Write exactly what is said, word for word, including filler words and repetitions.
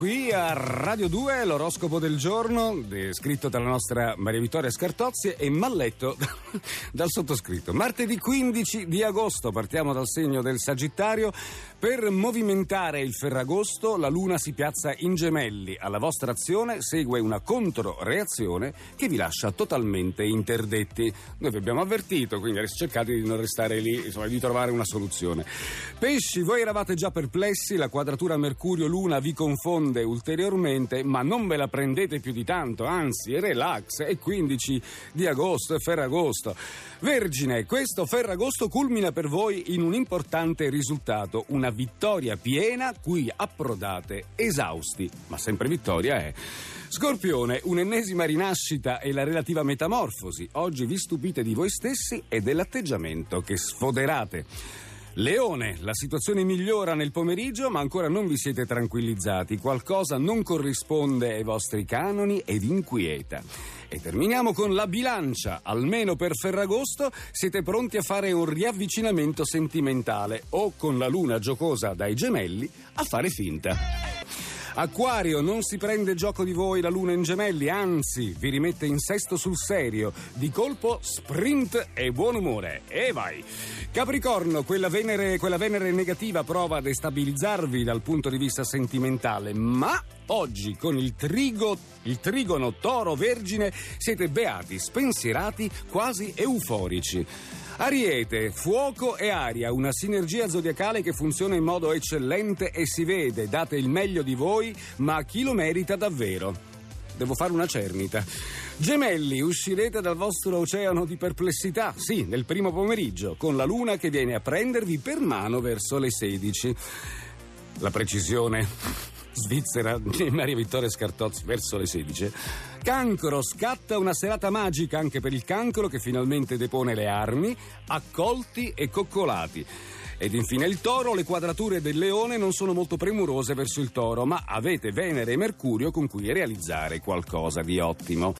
Qui a Radio due l'oroscopo del giorno, de- scritto dalla nostra Maria Vittoria Scartozzi e malletto dal sottoscritto. Martedì quindici di agosto, partiamo dal segno del Sagittario. Per movimentare il Ferragosto la Luna si piazza in Gemelli. Alla vostra azione segue una controreazione che vi lascia totalmente interdetti. Noi vi abbiamo avvertito, quindi cercate di non restare lì, insomma, di trovare una soluzione. Pesci, voi eravate già perplessi, la quadratura Mercurio-Luna vi confonde ulteriormente, ma non ve la prendete più di tanto, anzi relax, è quindici di agosto, è Ferragosto. Vergine, questo Ferragosto culmina per voi in un importante risultato, una vittoria piena cui approdate esausti, ma sempre vittoria è. Scorpione, un'ennesima rinascita e la relativa metamorfosi, oggi vi stupite di voi stessi e dell'atteggiamento che sfoderate. Leone, la situazione migliora nel pomeriggio, ma ancora non vi siete tranquillizzati. Qualcosa non corrisponde ai vostri canoni e vi inquieta. E terminiamo con la Bilancia. Almeno per Ferragosto siete pronti a fare un riavvicinamento sentimentale o, con la luna giocosa dai Gemelli, a fare finta. Acquario, non si prende gioco di voi la luna in Gemelli, anzi vi rimette in sesto sul serio. Di colpo sprint e buon umore. E vai! Capricorno, quella Venere, quella Venere negativa prova a destabilizzarvi dal punto di vista sentimentale, ma oggi con il trigo, il trigono Toro Vergine siete beati, spensierati, quasi euforici. Ariete, fuoco e aria, una sinergia zodiacale che funziona in modo eccellente e si vede, date il meglio di voi, ma a chi lo merita davvero? Devo fare una cernita. Gemelli, uscirete dal vostro oceano di perplessità, sì, nel primo pomeriggio, con la luna che viene a prendervi per mano verso le sedici. La precisione svizzera di Maria Vittoria Scartozzi, verso le sedici. Cancro, scatta una serata magica anche per il cancro che finalmente depone le armi, accolti e coccolati. Ed infine il Toro, le quadrature del Leone non sono molto premurose verso il Toro, ma avete Venere e Mercurio con cui realizzare qualcosa di ottimo.